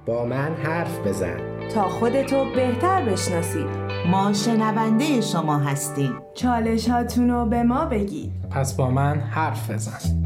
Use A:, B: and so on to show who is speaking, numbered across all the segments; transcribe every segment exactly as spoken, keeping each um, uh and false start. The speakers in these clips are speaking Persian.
A: با من حرف بزن
B: تا خودتو بهتر بشناسید.
C: ما شنونده شما هستیم.
B: چالش هاتونو به ما بگید.
D: پس با من حرف بزن.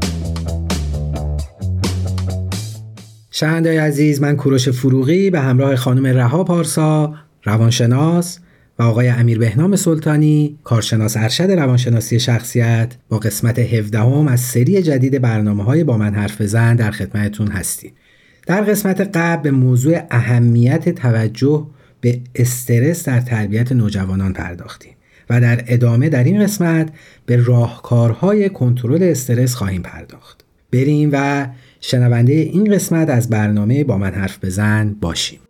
A: شنونده‌های عزیز، من کوروش فروغی به همراه خانم رها پارسا، روانشناس، و آقای امیر بهنام سلطانی، کارشناس ارشد روانشناسی شخصیت، با قسمت هفدهم از سری جدید برنامه‌های با من حرف بزن در خدمتتون هستیم. در قسمت قبل به موضوع اهمیت توجه به استرس در تربیت نوجوانان پرداختیم و در ادامه در این قسمت به راهکارهای کنترل استرس خواهیم پرداخت. بریم و شنونده این قسمت از برنامه با من حرف بزن باشیم.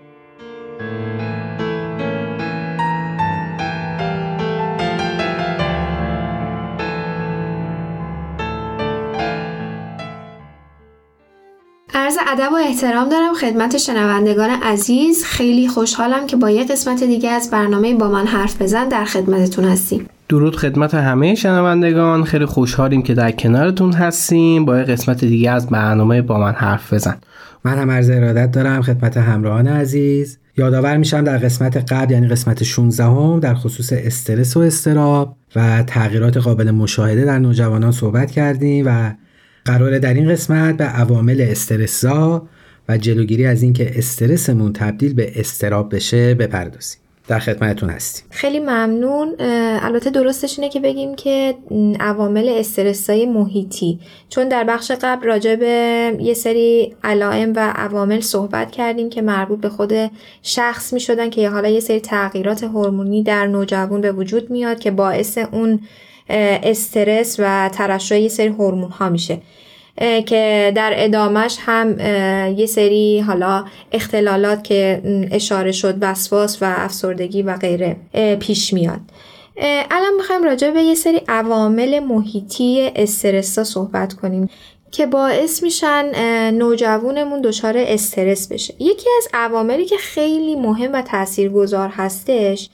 E: عرض ادب و احترام دارم خدمت شنوندگان عزیز. خیلی خوشحالم که با یک قسمت دیگه از برنامه با من حرف بزن در خدمتتون هستیم.
D: درود خدمت همه شنوندگان، خیلی خوشحالیم که در کنارتون هستیم با یک قسمت دیگه از برنامه با من حرف بزن.
A: من هم عرض ارادت دارم خدمت همراهان عزیز. یادآور میشم در قسمت قبل، یعنی قسمت شانزده هم، در خصوص استرس و اضطراب و تغییرات قابل مشاهده در نوجوانان صحبت کردیم و قراره در این قسمت به عوامل استرس‌زا و جلوگیری از این که استرسمون تبدیل به اضطراب بشه بپردازیم. در خدمتتون هستیم.
E: خیلی ممنون. البته درستش اینه که بگیم که عوامل استرس‌های محیطی، چون در بخش قبل راجع به یه سری علائم و عوامل صحبت کردیم که مربوط به خود شخص می شدن که حالا یه سری تغییرات هورمونی در نوجوان به وجود میاد که باعث اون استرس و ترشح یه سری هورمون ها میشه که در ادامش هم یه سری حالا اختلالات که اشاره شد، وسواس و افسردگی و غیره پیش میاد. الان میخوایم راجع به یه سری عوامل محیطی استرس ها صحبت کنیم که باعث میشن نوجوانمون دچار استرس بشه. یکی از عواملی که خیلی مهم و تاثیرگذار هستش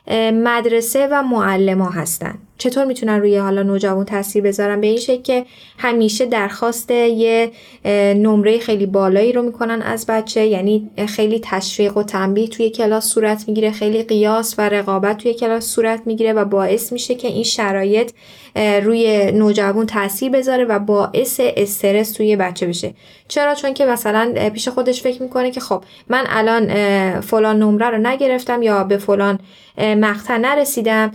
E: مدرسه و معلم‌ها هستن. چطور میتونن روی حالا نوجوان تاثیر بذارن؟ به این شکل که همیشه درخواست یه نمره خیلی بالایی رو میکنن از بچه، یعنی خیلی تشویق و تنبیه توی کلاس صورت میگیره، خیلی قیاس و رقابت توی کلاس صورت میگیره و باعث میشه که این شرایط روی نوجوان تاثیر بذاره و باعث استرس توی بچه بشه. چرا؟ چون که مثلا پیش خودش فکر میکنه که خب من الان فلان نمره رو نگرفتم یا به فلان مقطع نرسیدم،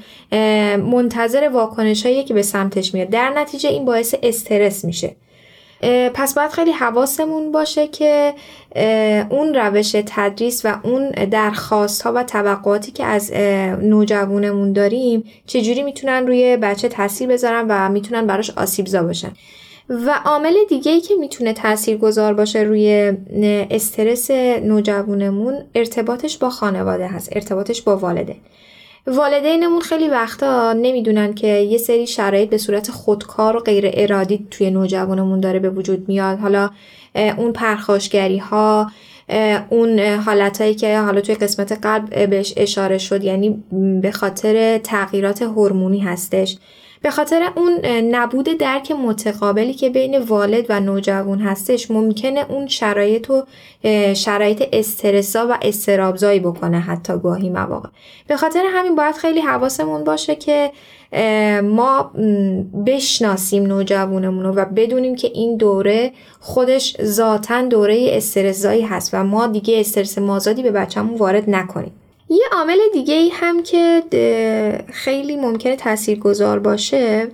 E: منتظر واکنشایی که به سمتش میاد، در نتیجه این باعث استرس میشه. پس باید خیلی حواسمون باشه که اون روش تدریس و اون درخواست ها و توقعاتی که از نوجوانمون داریم چجوری میتونن روی بچه تاثیر بذارن و میتونن براش آسیب زا باشن. و عامل دیگه‌ای که میتونه تاثیرگذار باشه روی استرس نوجوانمون ارتباطش با خانواده هست، ارتباطش با والدین. والدینمون خیلی وقتا نمیدونن که یه سری شرایط به صورت خودکار و غیر ارادی توی نوجوانمون داره به وجود میاد. حالا اون پرخاشگری ها، اون حالتایی که حالا توی قسمت قبل بهش اشاره شد، یعنی به خاطر تغییرات هورمونی هستش، به خاطر اون نبود درک متقابلی که بین والد و نوجوان هستش، ممکنه اون شرایط و شرایط استرسا و اضطرابزایی بکنه حتی گاهی مواقع. به خاطر همین باید خیلی حواسمون باشه که ما بشناسیم نوجوانمون رو و بدونیم که این دوره خودش ذاتاً دوره استرسزایی هست و ما دیگه استرس مازادی به بچه‌مون وارد نکنیم. یه عامل دیگه ای هم که خیلی ممکنه تاثیرگذار باشه،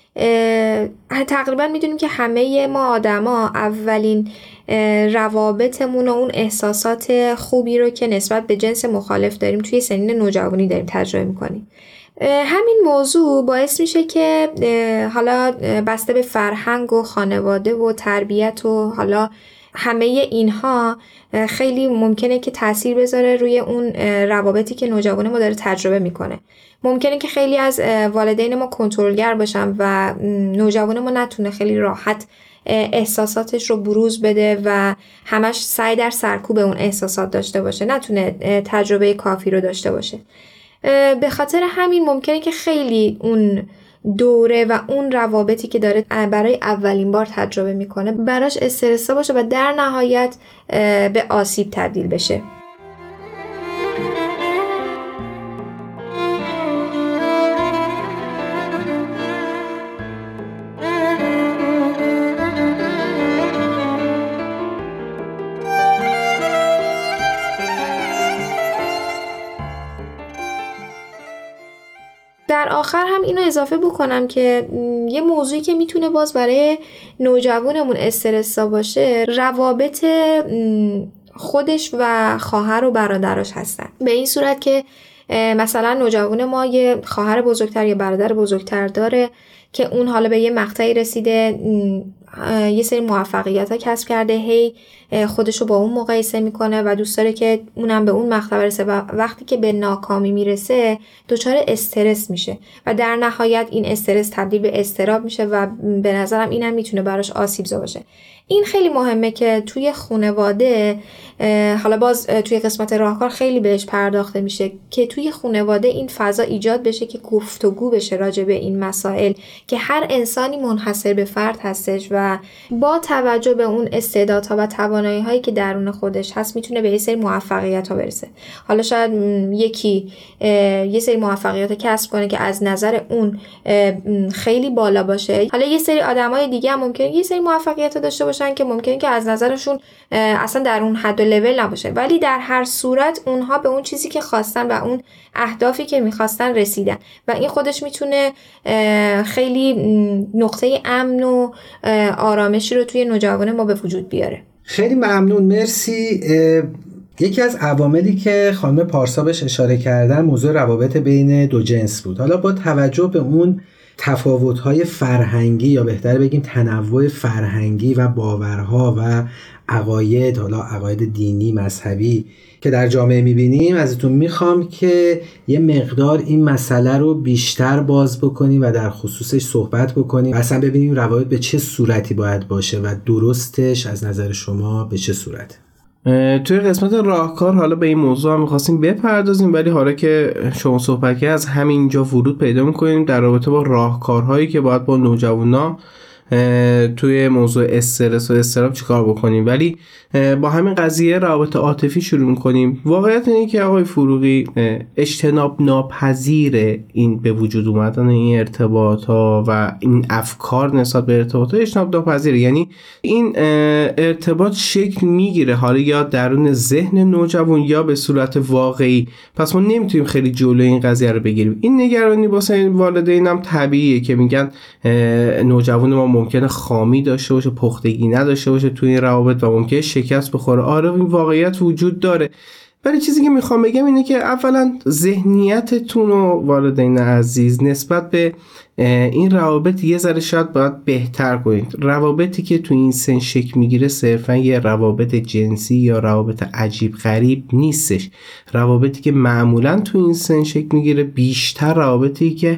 E: تقریبا میدونیم که همه ما آدما اولین روابطمون و اون احساسات خوبی رو که نسبت به جنس مخالف داریم توی سنین نوجوانی داریم تجربه میکنیم. همین موضوع باعث میشه که حالا بسته به فرهنگ و خانواده و تربیت و حالا همه اینها خیلی ممکنه که تأثیر بذاره روی اون روابطی که نوجوان ما داره تجربه میکنه. ممکنه که خیلی از والدین ما کنترلگر باشن و نوجوان ما نتونه خیلی راحت احساساتش رو بروز بده و همش سعی در سرکوب اون احساسات داشته باشه، نتونه تجربه کافی رو داشته باشه. به خاطر همین ممکنه که خیلی اون دوره و اون روابطی که داره برای اولین بار تجربه میکنه براش استرس باشه و در نهایت به آسیب تبدیل بشه. در آخر هم اینو اضافه بکنم که یه موضوعی که میتونه باز برای نوجوانمون استرسا باشه روابط خودش و خواهر و برادراش هستن. به این صورت که مثلا نوجوان ما یه خواهر بزرگتر یا برادر بزرگتر داره که اون حالا به یه مقطعی رسیده، یه سری موفقیت ها کسب کرده، هی خودشو با اون مقایسه میکنه و دوست داره که اونم به اون مقطع برسه و وقتی که به ناکامی میرسه دچار استرس میشه و در نهایت این استرس تبدیل به اضطراب میشه و به نظرم اینم میتونه براش آسیبزا باشه. این خیلی مهمه که توی خانواده، حالا باز توی قسمت راهکار خیلی بهش پرداخته میشه، که توی خانواده این فضا ایجاد بشه که گفتگو بشه راجع به این مسائل، که هر انسانی منحصر به فرد هستش و با توجه به اون استعدادها و توانایی هایی که درون خودش هست میتونه به یه سری موفقیت ها برسه. حالا شاید یکی یه سری موفقیت کسب کنه که از نظر اون خیلی بالا باشه، حالا یه سری آدمای دیگه هم ممکنه یه سری موفقیت داشته باشن که ممکنه که از نظرشون اصلا در اون حد و لول نباشه، ولی در هر صورت اونها به اون چیزی که خواستن و اون اهدافی که میخواستن رسیدن و این خودش میتونه خیلی نقطه امن و آرامشی رو توی نوجوان ما به وجود بیاره.
A: خیلی ممنون، مرسی. یکی از عواملی که خانم پارسا بهش اشاره کردن موضوع روابط بین دو جنس بود. حالا با توجه به اون تفاوت‌های فرهنگی یا بهتر بگیم تنوع فرهنگی و باورها و عقاید، حالا عقاید دینی، مذهبی که در جامعه می‌بینیم، ازتون میخوام که یه مقدار این مسئله رو بیشتر باز بکنیم و در خصوصش صحبت بکنیم، اصلا ببینیم روابط به چه صورتی باید باشه و درستش از نظر شما به چه صورت.
D: توی قسمت راهکار حالا به این موضوع هم می‌خواستیم بپردازیم، ولی حالا که شما صحبت کردید از همینجا ورود پیدا می‌کنیم در رابطه با راهکارهایی که باید با نوجوانا توی موضوع استرس و اضطراب چیکار بکنیم. ولی با همین قضیه روابط عاطفی شروع می‌کنیم. واقعیت اینه که آقای فروغی اجتناب ناپذیر این به وجود اومدن این ارتباطات و این افکار نسبت به ارتباطات اجتناب ناپذیره. یعنی این ارتباط شکل میگیره حالا یا درون ذهن نوجوان یا به صورت واقعی، پس ما نمیتونیم خیلی جلوی این قضیه رو بگیریم. این نگرانی واسه والدین هم طبیعیه که میگن نوجوان ما ممکنه خامی داشته باشه، پختگی نداشته باشه توی این روابط و ممکنه شکست بخوره. آره این واقعیت وجود داره، ولی چیزی که میخوام بگم اینه که اولا ذهنیتتون و والدین عزیز نسبت به این روابط یه ذره شاید باید بهتر کنید. روابطی که تو این سن شکل میگیره صرفا یه روابط جنسی یا روابط عجیب غریب نیستش. روابطی که معمولا تو این سن شکل میگیره بیشتر روابطی که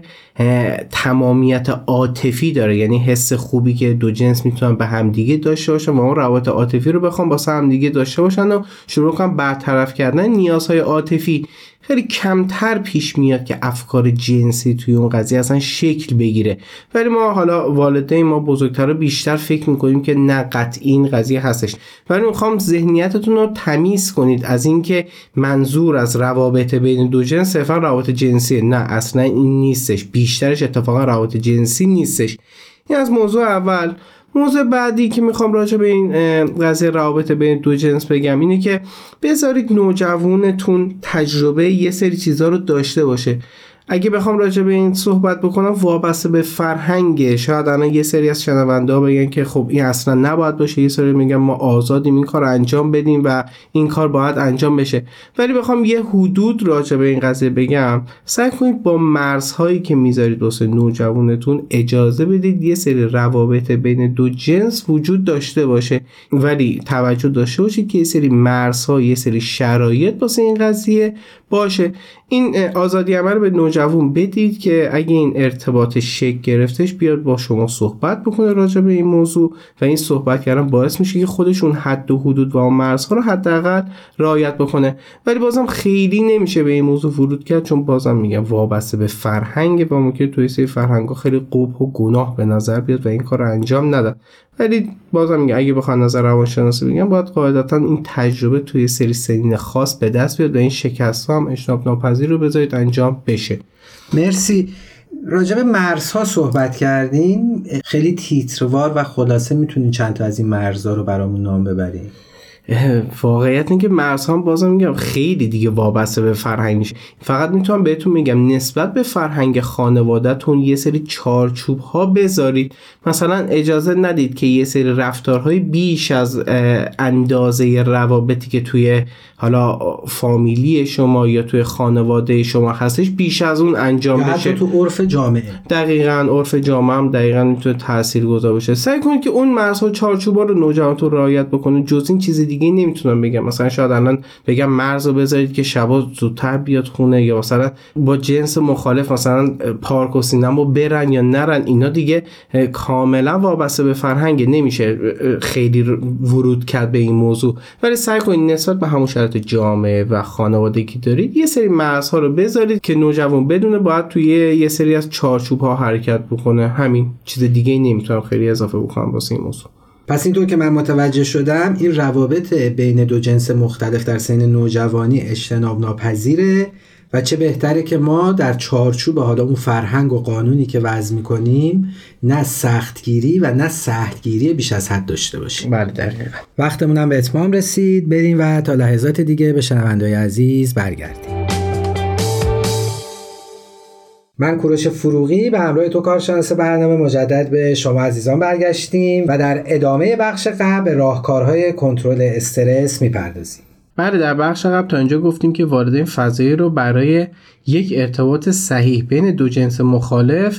D: تمامیت عاطفی داره، یعنی حس خوبی که دو جنس میتونن به هم دیگه داشته باشن و اون روابط عاطفی رو بخوام با هم دیگه داشته باشن و شروع کنن برطرف کردن نیازهای عاطفی. خیلی کمتر پیش میاد که افکار جنسی توی اون قضیه اصلا شکل بگیره، ولی ما حالا والدین ما بزرگتر بیشتر فکر میکنیم که نه قطعی این قضیه هستش. ولی میخوام ذهنیتتون رو تمیز کنید از این که منظور از روابط بین دو جنس صرفا روابط جنسیه. نه اصلا این نیستش، بیشترش اتفاقا روابط جنسی نیستش. این از موضوع اول. موضوع بعدی که میخوام راجع به این قضیه روابط بین دو جنس بگم اینه که بذارید نوجوانتون تجربه یه سری چیزا رو داشته باشه. اگه بخوام راجع به این صحبت بکنم وابسته به فرهنگه، شاید الان یه سری از شنونده ها بگن که خب این اصلا نباید باشه، یه سری میگن ما آزادیم این کار انجام بدیم و این کار باید انجام بشه. ولی بخوام یه حدود راجع به این قضیه بگم، سعی کنید با مرزهایی که میذارید واسه نوجوانتون اجازه بدید یه سری روابط بین دو جنس وجود داشته باشه، ولی توجه داشته باشید که یه سری مرزها، یه سری شرایط واسه این قضیه باشه. این آزادی عمل به نوجوان بدید که اگه این ارتباط شکل گرفتش بیاد با شما صحبت بکنه راجع به این موضوع و این صحبت کردن باعث میشه که خودشون حد و حدود و مرزها رو حداقل رعایت بکنه. ولی بازم خیلی نمیشه به این موضوع ورود کرد، چون بازم میگم وابسته به فرهنگ و ممکنه توی سری فرهنگ‌ها خیلی قبح و گناه به نظر بیاد و این کار رو انجام ندن. ولی بازم میگم اگه بخوام نظر روانشناسی بگم باید قاعدتا این تجربه توی سری سنین خاص به دست بیاد و این شکست‌ها هم اجتناب ناپذیر رو بذارید انجام بشه.
A: مرسی. راجع به مرزها صحبت کردین، خیلی تیتروار و خلاصه میتونین چند تا از این مرزها رو برامون نام ببرین؟
D: واقعیت این که مرزها بازم میگم خیلی دیگه وابسته به فرهنگ میشه. فقط میتونم بهتون میگم نسبت به فرهنگ خانواده‌تون یه سری چارچوب ها بذارید. مثلا اجازه ندید که یه سری رفتارهای بیش از اندازه روابطی که توی حالا فامیلی شما یا توی خانواده شما هستش بیش از اون انجام
A: یا
D: بشه.
A: حتی تو عرف جامعه.
D: دقیقاً عرف جامعه هم دقیقاً میتونه تاثیرگذار باشه. سعی کنید که اون مرزها و چارچوبا رو نوجوانتون رعایت بکنید. جز این چیز دیگه نمیتونم بگم. مثلا شاید الان بگم مرز رو بذارید که شبا زودتر بیاد خونه، یا مثلا با جنس مخالف مثلا پارک و سینما برن یا نرن. اینا دیگه کاملا وابسته به فرهنگ، نمیشه خیلی ورود کرد به این موضوع. ولی سعی کنید نسبت به همون شرایط جامعه و خانوادگی که دارید یه سری مرزها رو بذارید که نوجوان بدونه باید توی یه سری از چارچوب‌ها حرکت بکنه. همین، چیز دیگه نمیتونم خیلی اضافه بکنم واسه این موضوع.
A: پس اینطور که من متوجه شدم این روابط بین دو جنس مختلف در سن نوجوانی اجتناب ناپذیره و چه بهتره که ما در چارچوب حالا اون فرهنگ و قانونی که وضع می‌کنیم نه سختگیری و نه سختگیری بیش از حد داشته باشیم.
D: بله دقیقاً.
A: وقتمون هم به اتمام رسید، بریم و تا لحظات دیگه به شنونده‌های عزیز برگردیم. من کوروش فروغی به همراه تو کارشناس برنامه مجدد به شما عزیزان برگشتیم و در ادامه بخش قبل به راهکارهای کنترل استرس میپردازیم.
D: بله، در بخش قبل تا اینجا گفتیم که والدین فضایی رو برای یک ارتباط صحیح بین دو جنس مخالف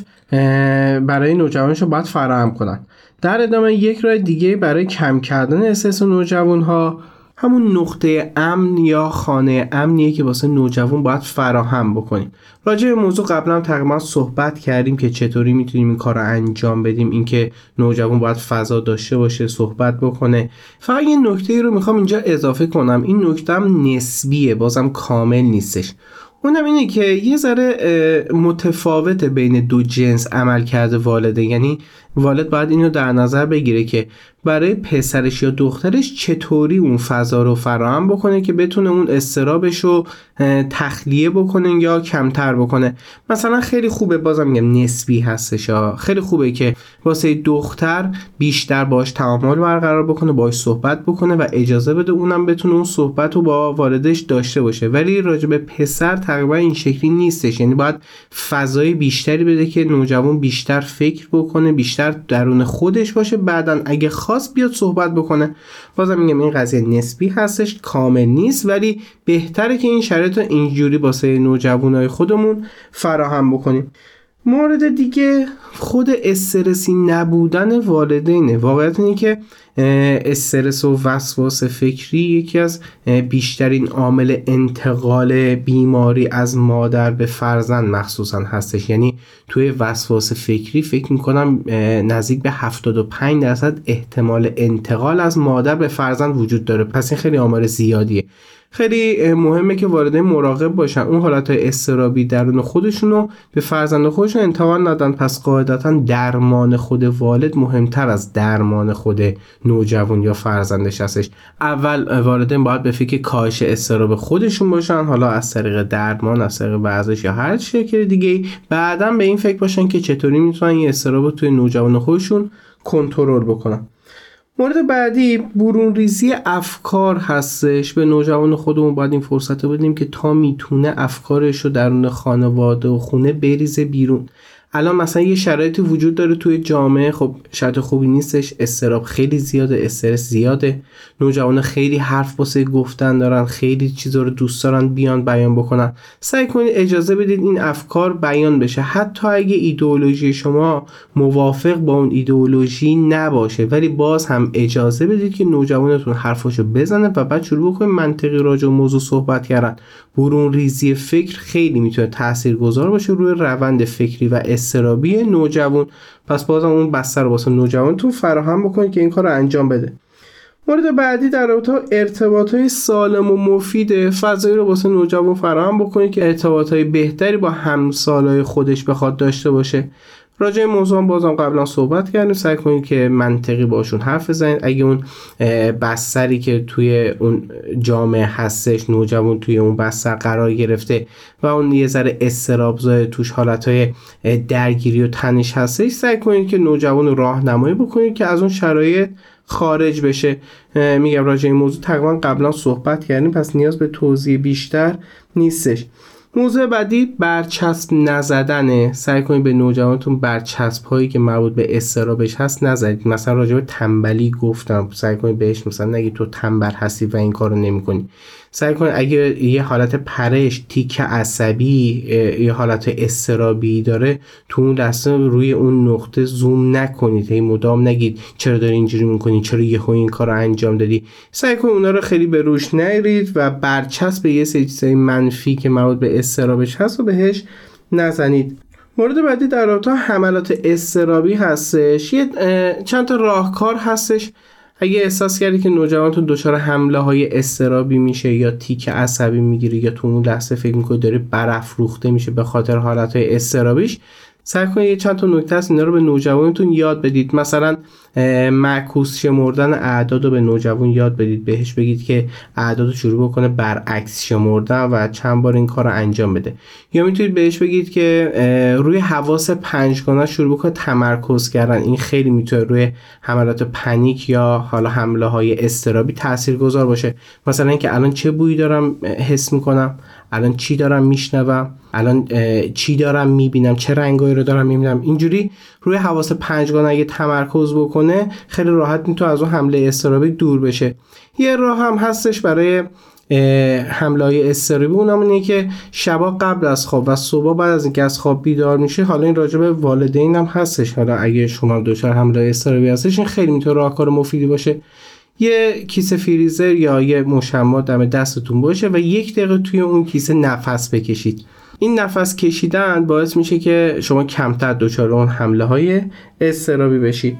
D: برای نوجوانشون باید فراهم کنن. در ادامه یک راه دیگه برای کم کردن استرس نوجوانها همون نقطه امن یا خانه امنیه که واسه نوجوان باید فراهم بکنیم. راجع به موضوع قبلا هم تقریبا صحبت کردیم که چطوری میتونیم این کار رو انجام بدیم، اینکه نوجوان باید فضا داشته باشه، صحبت بکنه. فقط یه نکته رو میخوام اینجا اضافه کنم، این نکته هم نسبیه، بازم کامل نیستش. اونم اینه که یه ذره متفاوت بین دو جنس عمل کرده والده، یعنی والد باید اینو در نظر بگیره که برای پسرش یا دخترش چطوری اون فضا رو فراهم بکنه که بتونه اون اضطرابش رو تخلیه بکنه یا کمتر بکنه. مثلا خیلی خوبه، بازم میگم نسبی هستش، خیلی خوبه که واسه دختر بیشتر باش تعامل برقرار بکنه، باش صحبت بکنه و اجازه بده اونم بتونه اون صحبت رو با والدش داشته باشه. ولی راجع به پسر تقریبا این شکلی نیستش، یعنی باید فضای بیشتری بده که نوجوان بیشتر فکر بکنه، بیشتر درون خودش باشه، بعدن اگه خواست بیاد صحبت بکنه. بازم میگم این قضیه نسبی هستش، کامل نیست، ولی بهتره که این شرایط رو اینجوری واسه نوجوانای خودمون فراهم بکنیم. مورد دیگه خود استرسی نبودن والدینه. واقعیت اینه که استرس و وسواس فکری یکی از بیشترین عامل انتقال بیماری از مادر به فرزند مخصوصا هستش. یعنی توی وسواس فکری فکر میکنم نزدیک به هفتاد و پنج درصد احتمال انتقال از مادر به فرزند وجود داره. پس این خیلی عامل زیادیه. خیلی مهمه که والدین مراقب باشن اون حالتهای اضطرابی درون خودشونو به فرزند خودشون انتقال ندن. پس قاعدتا درمان خود والد مهمتر از درمان خود نوجوان یا فرزندش هستش. اول والدین باید به فکر کاهش اضطراب خودشون باشن، حالا از طریق درمان، از طریق ورزش یا هر شکل دیگه. بعداً به این فکر باشن که چطوری میتونن این اضطراب رو توی نوجوان خودشون کنترل بکنن. مورد بعدی برون ریزی افکار هستش. به نوجوان خودمون باید این فرصت رو بدیم که تا میتونه افکارش رو درون خانواده و خونه بریزه بیرون. الان مثلا یه شرایطی وجود داره توی جامعه، خب شرایط خوبی نیستش، اضطراب خیلی زیاده، استرس زیاده، نوجوانا خیلی حرف واسه گفتن دارن، خیلی چیزا رو دوست دارن بیان بیان بکنن. سعی کنید اجازه بدید این افکار بیان بشه، حتی اگه ایدئولوژی شما موافق با اون ایدئولوژی نباشه، ولی باز هم اجازه بدید که نوجوانتون حرفاشو بزنه و بعد شروع بکنید منطقی راجع به موضوع صحبت کردن. برون ریزی فکر خیلی میتونه تاثیرگذار باشه روی روند فکری و اضطرابی نوجوان. پس بازم اون بستر رو واسه نوجوانتون فراهم بکنید که این کار رو انجام بده. مورد بعدی در رابطه با ارتباطات سالم و مفید، فضایی رو واسه نوجوان فراهم بکنید که ارتباطات بهتری با همسالای خودش بخواد داشته باشه. راجع به موضوع بازم قبلا صحبت کردیم، سعی کنید که منطقی باشون حرف بزنید. اگه اون بستری که توی اون جامعه هستش، نوجوان توی اون بستر قرار گرفته و اون یه ذره اضطراب زده، توش حالتهای درگیری و تنش هستش، سعی کنید که نوجوان رو راهنمایی بکنید که از اون شرایط خارج بشه. میگم راجع این موضوع تقریبا قبلا صحبت کردیم، پس نیاز به توضیح بیشتر نیستش. موضوع بعدی برچسب نزدنه. سعی کنید به نوجوانتون برچسب هایی که مربوط به اضطرابش هست نزدید. مثلا راجع به تنبلی گفتم، سعی کنید بهش مثلا نگید تو تنبل هستی و این کارو نمی‌کنی. سعی کنید اگه یه حالت پرش، تیک عصبی، یه حالت اضطرابی داره، تو اون لحظه روی اون نقطه زوم نکنید، هی مدام نگید چرا داری اینجوری می‌کنی، چرا یهو این کارو انجام دادی. سعی کنید اونا رو خیلی به روش نگیرید و برچسب یه سری چیزای منفی که مربوط به اضطرابش هست و بهش نزنید. مورد بعدی در رابطه حملات اضطرابی هستش. یه چند تا راهکار هستش. اگه احساس کردی که نوجوانتون دچار حمله های اضطرابی میشه یا تیک عصبی میگیره یا تو اون لحظه فکر میکنه داره برافروخته میشه به خاطر حالت های اضطرابیش، سعی کنید یه چند تا نکته هست اینا رو به نوجوانتون یاد بدید. مثلا معکوس شمردن اعداد رو به نوجوان یاد بدید، بهش بگید که اعداد رو شروع بکنه برعکس شمردن و چند بار این کار رو انجام بده. یا میتونید بهش بگید که روی حواس پنجگانه شروع بکنه تمرکز کردن. این خیلی میتونه روی حملات پنیک یا حالا حمله های اضطرابی تاثیرگذار باشه. مثلا اینکه الان چه بویی دارم حس میکنم، الان چی دارم میشنوم، الان چی دارم میبینم، چه رنگایی رو دارم میبینم. اینجوری روی حواس پنجگانه اگه تمرکز بکنه خیلی راحت میتونه از اون حمله اضطرابی دور بشه. یه راه هم هستش برای حمله های اضطرابی، اونم اینه که شبا قبل از خواب و صبح بعد از اینکه از خواب بیدار میشه، حالا این راجع به والدین هم هستش، حالا اگه شما دچار حمله اضطرابی هستش این خیلی میتونه راهکار مفیدی باشه. یه کیسه فریزر یا یه مشمع دم دستتون باشه و یک دقیقه توی اون کیسه نفس بکشید. این نفس کشیدن باعث میشه که شما کمتر دچار اون حمله های اضطرابی بشید.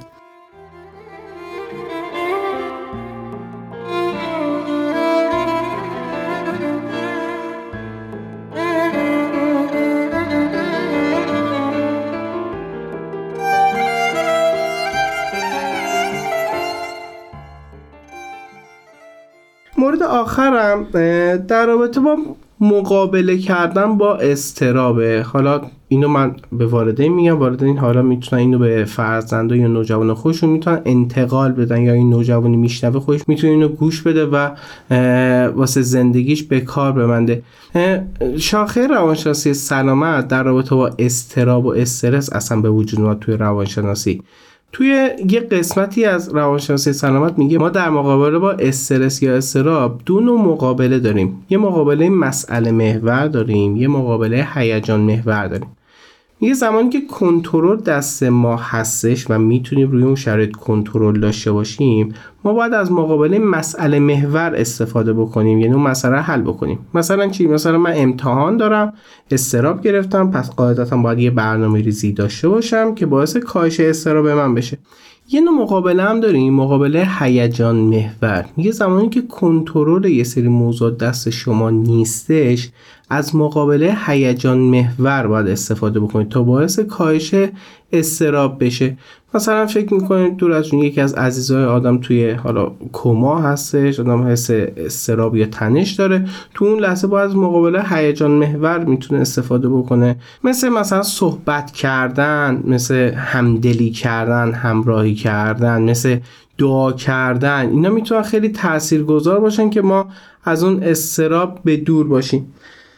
D: مورد آخرم در رابطه با مقابله کردن با اضطرابه. حالا اینو من به والدین میگم، والدین حالا میتونن اینو به فرزندان یا نوجوان خودشون میتونن انتقال بدن، یا این نوجوانی میشنوه خودش میتونه اینو گوش بده و واسه زندگیش به کار ببنده. شاخه روانشناسی سلامت در رابطه با اضطراب و استرس اصلا به وجود اومد توی روانشناسی. توی یه قسمتی از روانشناسی سلامت میگه ما در مقابله با استرس یا اضطراب دو نوع مقابله داریم. یه مقابله مسئله محور داریم، یه مقابله هیجان محور داریم. یه زمانی که کنترل دست ما هستش و میتونیم روی اون شرایط کنترل داشته باشیم، ما باید از مقابله مسئله محور استفاده بکنیم، یعنی اون مسئله حل بکنیم. مثلا چی؟ مثلا من امتحان دارم، اضطراب گرفتم، پس قاعدتا باید یه برنامه ریزی داشته باشم که باعث کاهش اضطراب من بشه. یه نوع مقابله هم داریم، مقابله هیجان محور. یه زمانی که کنترل یه سری موضوع دست شما نیستش، از مقابله هیجان محور باید استفاده بکنید تا باعث کاهش اضطراب بشه. مثلا فکر میکنید دور از جون یکی از عزیزای آدم توی حالا کما هستش، آدم حس اضطراب یا تنش داره، تو اون لحظه باید از مقابله هیجان محور میتونه استفاده بکنه، مثل مثلا صحبت کردن، مثل همدلی کردن، همراهی کردن، مثل دعا کردن. اینا میتونن خیلی تاثیرگذار باشن که ما از اون اضطراب به دور باشیم.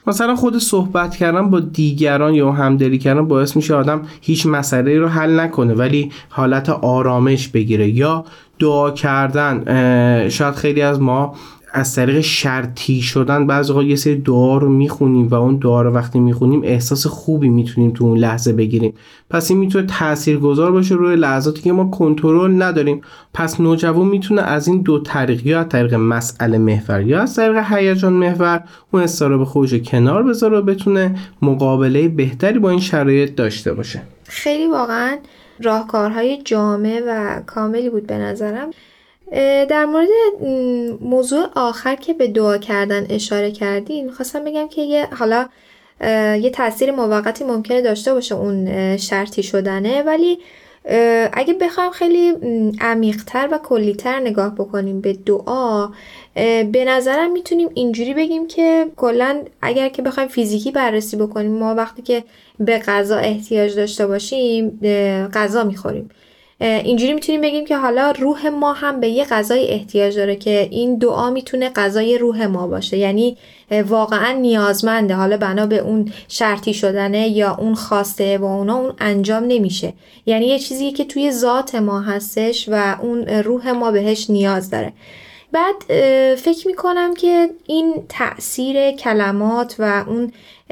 D: مثلا خود صحبت کردن با دیگران یا همدلی کردن باعث میشه آدم هیچ مسئله رو حل نکنه ولی حالت آرامش بگیره. یا دعا کردن، شاید خیلی از ما از طریق شرطی شدن بعضی وقتا یه سری دعا رو میخونیم و اون دعا رو وقتی میخونیم احساس خوبی میتونیم تو اون لحظه بگیریم. پس این میتونه تاثیرگذار باشه روی لحظاتی که ما کنترل نداریم. پس نوجوان میتونه از این دو طریق، یا از طریق مسئله محور یا از طریق هیجان محور، اون استراب خودش رو کنار بذاره و بتونه مقابله بهتری با این شرایط داشته باشه.
E: خیلی واقعا راهکارهای جامع و کاملی بود به نظرم. در مورد موضوع آخر که به دعا کردن اشاره کردین، میخواستم بگم که یه حالا یه تاثیر موقتی ممکنه داشته باشه اون شرطی شدنه، ولی اگه بخوایم خیلی عمیق‌تر و کلی‌تر نگاه بکنیم به دعا، به نظرم میتونیم اینجوری بگیم که کلاً اگر که بخوایم فیزیکی بررسی بکنیم، ما وقتی که به غذا احتیاج داشته باشیم غذا میخوریم. اینجوری میتونیم بگیم که حالا روح ما هم به یه غذای احتیاج داره که این دعا میتونه غذای روح ما باشه، یعنی واقعا نیازمنده، حالا بنا به اون شرطی شدنه یا اون خواسته و اونا اون انجام نمیشه، یعنی یه چیزی که توی ذات ما هستش و اون روح ما بهش نیاز داره. بعد فکر میکنم که این تأثیر کلمات و اون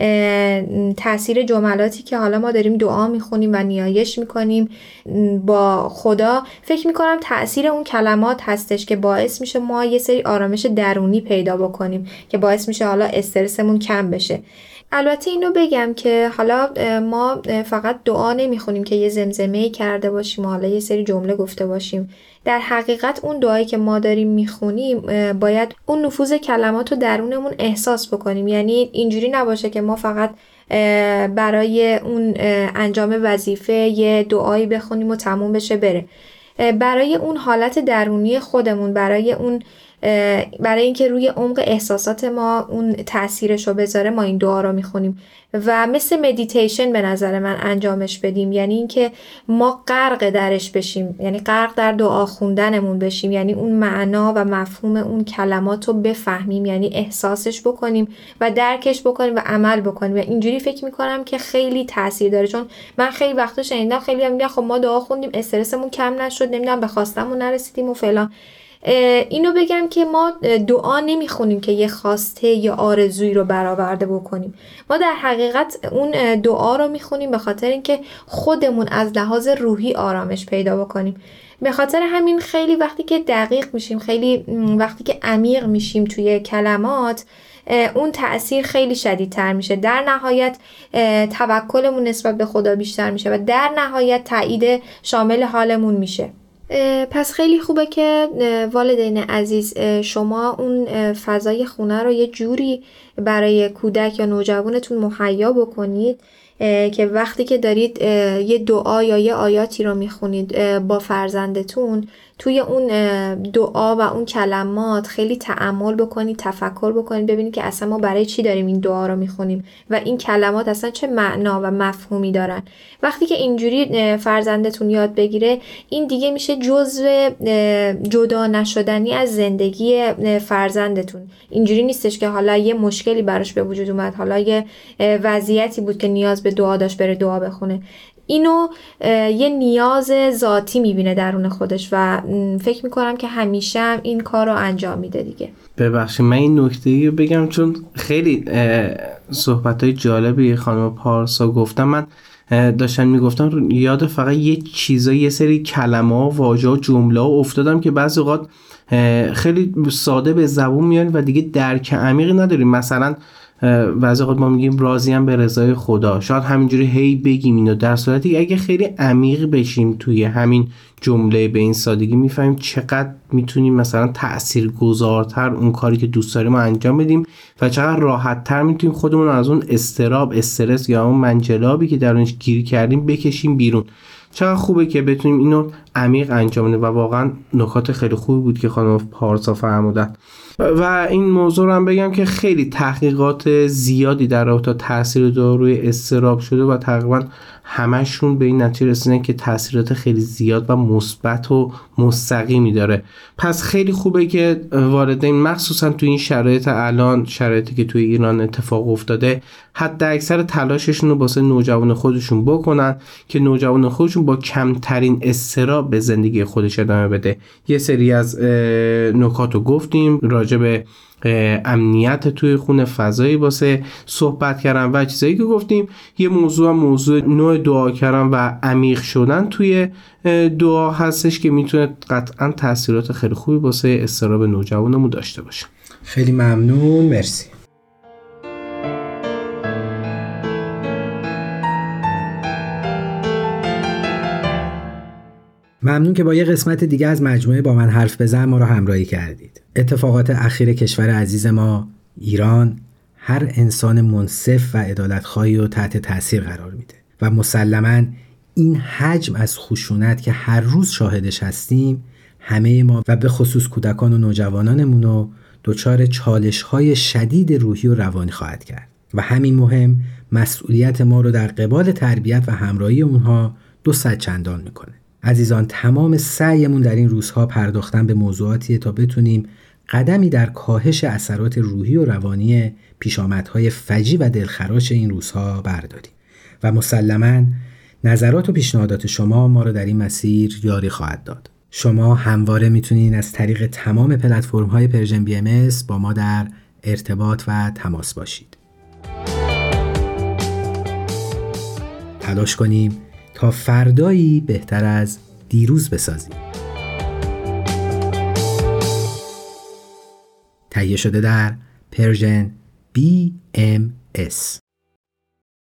E: تأثیر جملاتی که حالا ما داریم دعا میخونیم و نیایش میکنیم با خدا، فکر میکنم تأثیر اون کلمات هستش که باعث میشه ما یه سری آرامش درونی پیدا بکنیم که باعث میشه حالا استرسمون کم بشه. البته اینو بگم که حالا ما فقط دعا نمیخونیم که یه زمزمه‌ای کرده باشیم و حالا یه سری جمله گفته باشیم. در حقیقت اون دعایی که ما داریم میخونیم باید اون نفوذ کلمات رو درونمون احساس بکنیم، یعنی اینجوری نباشه که ما فقط برای اون انجام وظیفه یه دعایی بخونیم و تموم بشه بره. برای اون حالت درونی خودمون، برای اون برای اینکه روی عمق احساسات ما اون تأثیرش رو بذاره، ما این دعا رو میخونیم و مثل مدیتیشن به نظر من انجامش بدیم، یعنی اینکه ما غرق درش بشیم، یعنی غرق در دعا خوندنمون بشیم، یعنی اون معنا و مفهوم اون کلمات رو بفهمیم، یعنی احساسش بکنیم و درکش بکنیم و عمل بکنیم. و اینجوری فکر میکنم که خیلی تاثیر داره، چون من خیلی وقتا شنیدم خیلی هم میگن خب ما دعا خوندیم استرسمون کم نشد، نمیدونم به خواستمون نرسیدیم و فلان. اینو بگم که ما دعا نمیخونیم که یه خواسته یا آرزویی رو برآورده بکنیم، ما در حقیقت اون دعا رو میخونیم به خاطر اینکه خودمون از لحاظ روحی آرامش پیدا بکنیم. به خاطر همین خیلی وقتی که دقیق میشیم، خیلی وقتی که عمیق میشیم توی کلمات، اون تأثیر خیلی شدیدتر میشه. در نهایت توکلمون نسبت به خدا بیشتر میشه و در نهایت تایید شامل حالمون میشه. پس خیلی خوبه که والدین عزیز شما اون فضای خونه رو یه جوری برای کودک یا نوجوانتون مهیا بکنید که وقتی که دارید یه دعا یا یه آیاتی رو میخونید با فرزندتون، توی اون دعا و اون کلمات خیلی تأمل بکنید، تفکر بکنید، ببینید که اصلا ما برای چی داریم این دعا رو میخونیم و این کلمات اصلا چه معنا و مفهومی دارن. وقتی که اینجوری فرزندتون یاد بگیره، این دیگه میشه جزء جدا نشدنی از زندگی فرزندتون. اینجوری نیستش که حالا یه مشکلی براش به وجود اومد، حالا یه وضعیتی بود که نیاز به دعا داشت بره دعا بخونه، اینو یه نیاز ذاتی میبینه درون خودش و فکر میکنم که همیشه هم این کار رو انجام میده دیگه.
D: ببخشید من این نکته رو بگم چون خیلی صحبتهای جالبی خانم پارسا گفتم، من داشتن میگفتم یاد فقط یه چیزا، یه سری کلمه ها، واژه ها، جمله ها افتادم که بعضی اوقات خیلی ساده به زبون میان و دیگه درک عمیقی نداریم. مثلا بعضی وقت ما میگیم راضیم به رضای خدا، شاید همینجوری هی بگیم اینو، در صورتی اگه خیلی عمیق بشیم توی همین جمله به این سادگی میفهمیم چقدر میتونیم مثلا تاثیرگذارتر اون کاری که دوست داریم انجام بدیم و چقدر راحت‌تر میتونیم خودمون از اون استراب، استرس یا اون منجلابی که درونش گیر کردیم بکشیم بیرون. چقدر خوبه که بتونیم اینو عمیق انجام بدیم و واقعا نکات خیلی خوبی بود که خانم پارسا فرمودن. و این موضوع رو هم بگم که خیلی تحقیقات زیادی در رابطه تاثیر دعا روی اضطراب شده و تقریبا همشون به این نتیجه رسیدن که تاثیرات خیلی زیاد و مثبت و مستقیمی داره. پس خیلی خوبه که والدین مخصوصا تو این شرایط الان، شرایطی که توی ایران اتفاق افتاده، حتی اکثر تلاششون رو واسه نوجوان خودشون بکنن که نوجوان خودشون با کمترین اضطراب به زندگی خودش ادامه بده. یه سری از نکات رو گفتیم راجع به امنیت توی خونه، فضایی واسه صحبت کردن و چیزایی که گفتیم. یه موضوع هم موضوع نوع دعا کردن و عمیق شدن توی دعا هستش که میتونه قطعا تاثیرات خیلی خوبی واسه اضطراب نوجوانمون داشته باشه.
A: خیلی ممنون، مرسی. ممنون که با یه قسمت دیگه از مجموعه با من حرف بزن ما رو همراهی کردید. اتفاقات اخیر کشور عزیز ما ایران هر انسان منصف و عدالتخواهی رو تحت تاثیر قرار میده و مسلماً این حجم از خشونت که هر روز شاهدش هستیم همه ما و به خصوص کودکان و نوجوانانمون رو دچار چالش‌های شدید روحی و روانی خواهد کرد و همین مهم مسئولیت ما رو در قبال تربیت و همراهی اونها دو صد چندان میکنه. عزیزان، تمام سعیمون در این روزها پرداختن به موضوعاتیه تا بتونیم قدمی در کاهش اثرات روحی و روانی پیشامدهای فجیع و دلخراش این روزها برداریم و مسلماً نظرات و پیشنهادات شما ما رو در این مسیر یاری خواهد داد. شما همواره میتونین از طریق تمام پلتفرم‌های پرژن بی ام اس با ما در ارتباط و تماس باشید. تلاش کنیم تا فردایی بهتر از دیروز بسازیم. تهیه شده در پرژن بی ام اس.